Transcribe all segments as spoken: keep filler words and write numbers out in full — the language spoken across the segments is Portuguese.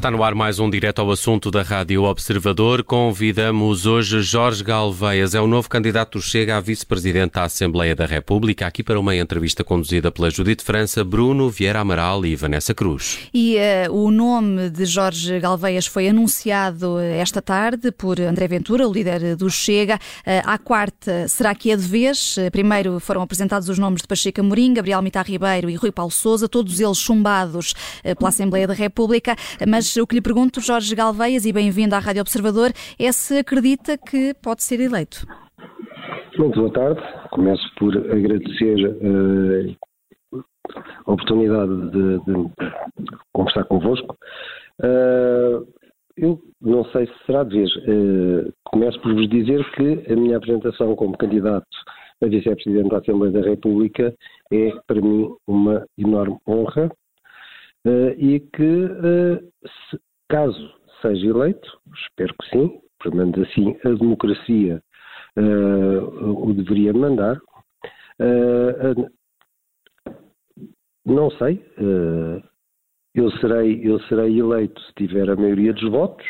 Está no ar mais um Direto ao Assunto da Rádio Observador. Convidamos hoje Jorge Galveias, é o novo candidato do Chega a vice-presidente da Assembleia da República, aqui para uma entrevista conduzida pela Judite França, Bruno Vieira Amaral e Vanessa Cruz. E uh, o nome de Jorge Galveias foi anunciado esta tarde por André Ventura, o líder do Chega. Uh, à quarta, será que é de vez? Uh, primeiro foram apresentados os nomes de Pacheco Amorim, Gabriel Mita Ribeiro e Rui Paulo Sousa, todos eles chumbados uh, pela Assembleia da República. Mas o que lhe pergunto, Jorge Galveias, e bem-vindo à Rádio Observador, é se acredita que pode ser eleito. Muito boa tarde. Começo por agradecer uh, a oportunidade de, de conversar convosco. Uh, eu não sei se será de vez. Uh, começo por vos dizer que a minha apresentação como candidato a vice-presidente da Assembleia da República é, para mim, uma enorme honra. Uh, e que, uh, se, caso seja eleito, espero que sim, pelo menos assim a democracia uh, o deveria mandar, uh, uh, não sei, uh, eu, serei, eu serei eleito se tiver a maioria dos votos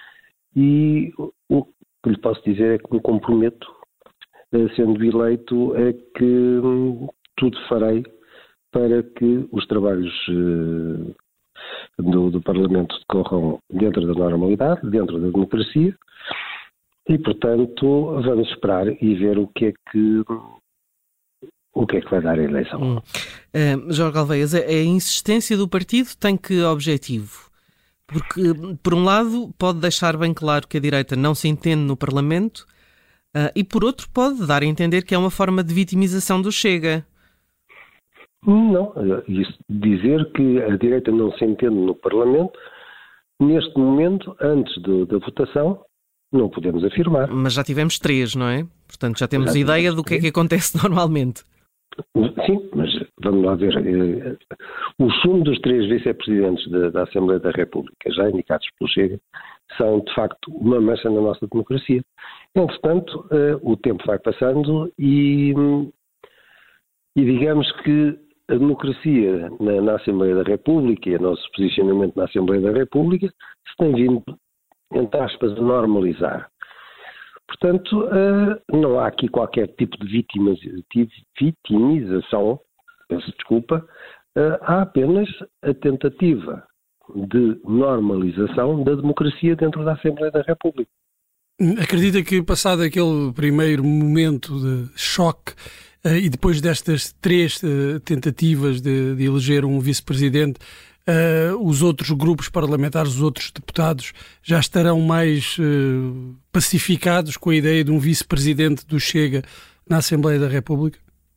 e o que lhe posso dizer é que me comprometo, uh, sendo eleito, é que um, tudo farei para que os trabalhos uh, do, do Parlamento decorram dentro da normalidade, dentro da democracia, e, portanto, vamos esperar e ver o que é que, o que, é que vai dar a eleição. Hum. Uh, Jorge Galveias, a, a insistência do partido tem que objetivo? Porque, por um lado, pode deixar bem claro que a direita não se entende no Parlamento, uh, e, por outro, pode dar a entender que é uma forma de vitimização do Chega. Não, isso, dizer que a direita não se entende no Parlamento, neste momento, antes do, da votação, não podemos afirmar. Mas já tivemos três, não é? Portanto, já temos já ideia do que é que acontece normalmente. Sim, mas vamos lá ver. O sumo dos três vice-presidentes da, da Assembleia da República, já indicados pelo Chega, são, de facto, uma mancha na nossa democracia. Entretanto, o tempo vai passando e, e digamos que a democracia na, na Assembleia da República e o nosso posicionamento na Assembleia da República se tem vindo, entre aspas, a normalizar. Portanto, uh, não há aqui qualquer tipo de vitimização, peço desculpa, uh, há apenas a tentativa de normalização da democracia dentro da Assembleia da República. Acredita que, passado aquele primeiro momento de choque, Uh, e depois destas três uh, tentativas de, de eleger um vice-presidente, uh, os outros grupos parlamentares, os outros deputados, já estarão mais uh, pacificados com a ideia de um vice-presidente do Chega na Assembleia da República?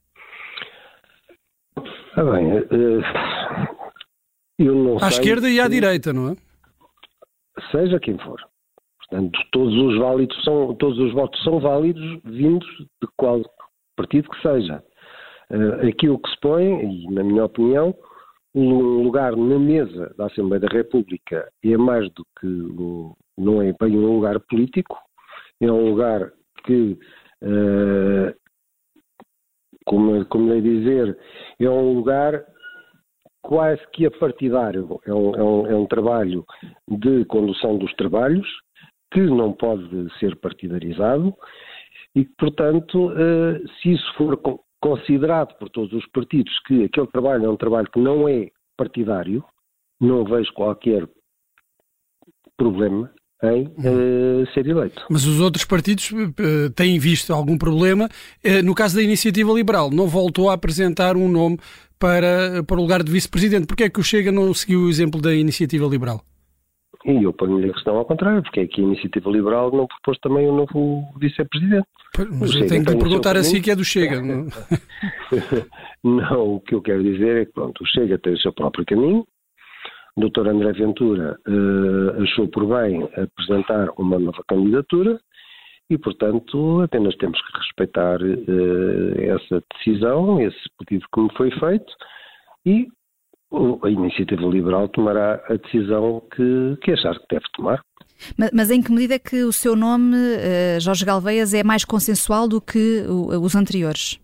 Ah, bem, uh, eu não sei... À esquerda e à direita, não é? Seja quem for. Portanto, todos os válidos são, todos os votos são válidos vindos de qual partido que seja. Uh, aquilo que se põe, e na minha opinião, um lugar na mesa da Assembleia da República é mais do que, um, não é bem um lugar político, é um lugar que, uh, como, como lhe dizer, é um lugar quase que apartidário, é um, é um, é um trabalho de condução dos trabalhos que não pode ser partidarizado. E, portanto, se isso for considerado por todos os partidos que aquele trabalho é um trabalho que não é partidário, não vejo qualquer problema em uh, ser eleito. Mas os outros partidos uh, têm visto algum problema. Uh, no caso da Iniciativa Liberal, não voltou a apresentar um nome para, para o lugar de vice-presidente. Porquê é que o Chega não seguiu o exemplo da Iniciativa Liberal? E eu ponho-lhe a questão ao contrário, porque é que a Iniciativa Liberal não propôs também um novo vice-presidente. Mas eu tenho que lhe perguntar assim que é do Chega. Não? Não, o que eu quero dizer é que pronto, o Chega tem o seu próprio caminho. O doutor André Ventura uh, achou por bem apresentar uma nova candidatura e, portanto, apenas temos que respeitar uh, essa decisão, esse pedido que me foi feito e a Iniciativa Liberal tomará a decisão que, que achar que deve tomar. Mas, mas em que medida é que o seu nome, uh, Jorge Galveias, é mais consensual do que o, os anteriores?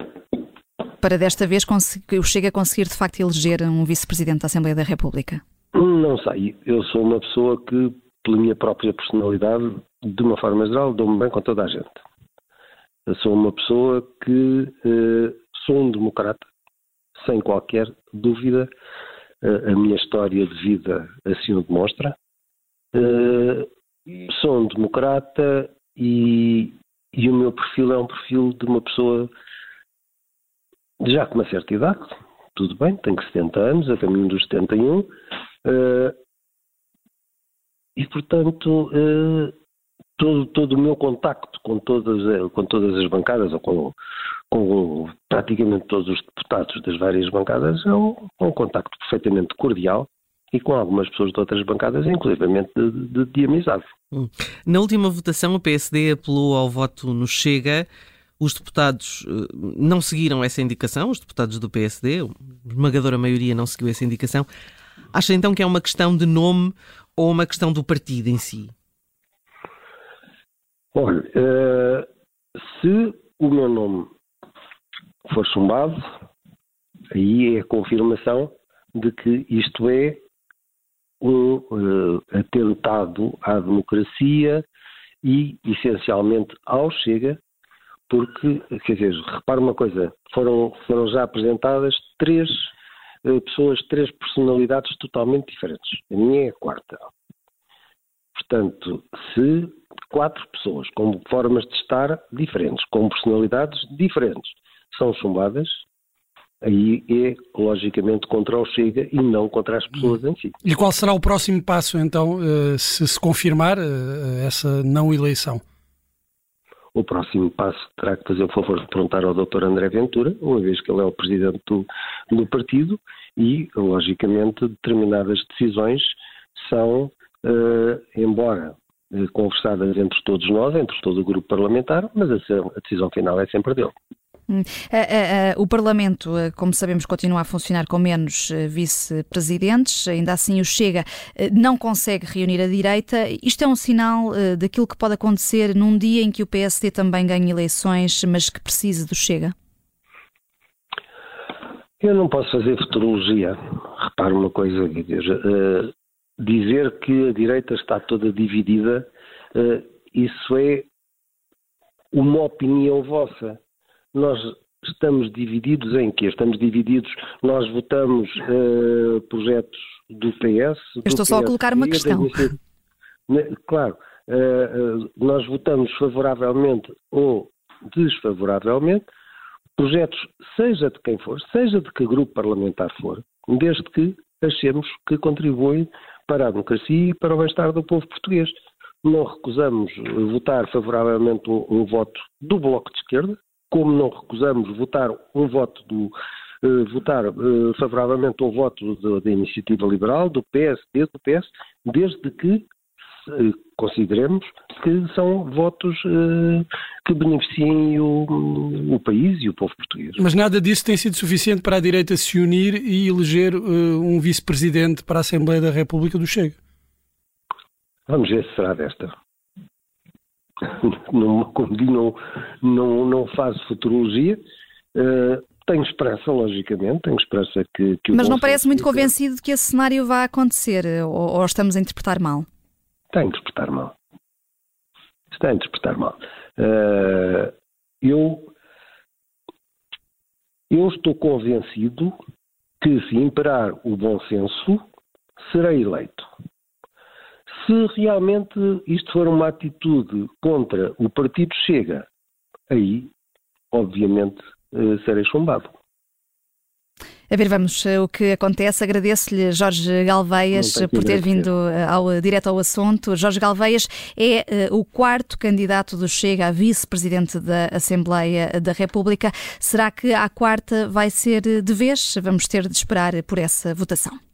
Para desta vez o Chega conseguir de facto eleger um vice-presidente da Assembleia da República? Não sei. Eu sou uma pessoa que, pela minha própria personalidade, de uma forma geral, dou-me bem com toda a gente. Eu sou uma pessoa que uh, sou um democrata, sem qualquer dúvida. Uh, a minha história de vida assim o demonstra. Uh, sou um democrata e, e o meu perfil é um perfil de uma pessoa já com uma certa idade. Tudo bem, tenho setenta anos, a caminho dos setenta e um. Uh, e, portanto... Uh, Todo, todo o meu contacto com todas, com todas as bancadas, ou com, com praticamente todos os deputados das várias bancadas, é um, um contacto perfeitamente cordial e com algumas pessoas de outras bancadas, inclusivamente de, de, de amizade. Na última votação, o P S D apelou ao voto no Chega. Os deputados não seguiram essa indicação, os deputados do P S D, a esmagadora maioria não seguiu essa indicação. Acha então que é uma questão de nome ou uma questão do partido em si? Olha, uh, se o meu nome for chumbado, aí é a confirmação de que isto é um uh, atentado à democracia e, essencialmente, ao Chega, porque, quer dizer, repara uma coisa, foram, foram já apresentadas três uh, pessoas, três personalidades totalmente diferentes. A minha é a quarta. Portanto, se quatro pessoas com formas de estar diferentes, com personalidades diferentes, são chumbadas, aí é logicamente contra o Chega e não contra as pessoas em si. E qual será o próximo passo, então, se se confirmar essa não eleição? O próximo passo terá que fazer o favor de perguntar ao doutor André Ventura, uma vez que ele é o presidente do, do partido, e, logicamente, determinadas decisões são, uh, embora conversadas entre todos nós, entre todo o grupo parlamentar, mas a decisão final é sempre dele. Hum. Uh, uh, uh, o Parlamento, uh, como sabemos, continua a funcionar com menos uh, vice-presidentes, ainda assim o Chega uh, não consegue reunir a direita. Isto é um sinal uh, daquilo que pode acontecer num dia em que o P S D também ganhe eleições, mas que precise do Chega? Eu não posso fazer futurologia. Repare uma coisa, quer dizer, uh, dizer que a direita está toda dividida, uh, isso é uma opinião vossa. Nós estamos divididos em quê? Estamos divididos, nós votamos uh, projetos do P S... Eu estou só a colocar uma questão. Claro, uh, uh, nós votamos favoravelmente ou desfavoravelmente projetos, seja de quem for, seja de que grupo parlamentar for, desde que achemos que contribuem para a democracia e para o bem-estar do povo português. Não recusamos votar favoravelmente um, um voto do Bloco de Esquerda, como não recusamos votar um voto do uh, votar uh, favoravelmente um voto do, da Iniciativa Liberal, do P S D, do P S, desde que uh, consideremos que são votos uh, que beneficiem o, o país e o povo português. Mas nada disso tem sido suficiente para a direita se unir e eleger uh, um vice-presidente para a Assembleia da República do Chega? Vamos ver se será desta. Não, como digo, não, não, não faço futurologia. Uh, tenho esperança, logicamente, tenho esperança que... que Mas não parece muito convencido de que esse cenário vá acontecer, ou, ou estamos a interpretar mal? Está a interpretar mal. Está a interpretar mal. Uh, eu, eu estou convencido que, se imperar o bom senso, serei eleito. Se realmente isto for uma atitude contra o Partido Chega, aí, obviamente, serei chumbado. A ver, vamos o que acontece. Agradeço-lhe, Jorge Galveias, por ter vindo ao, direto ao assunto. Jorge Galveias é uh, o quarto candidato do Chega a vice-presidente da Assembleia da República. Será que a quarta vai ser de vez? Vamos ter de esperar por essa votação.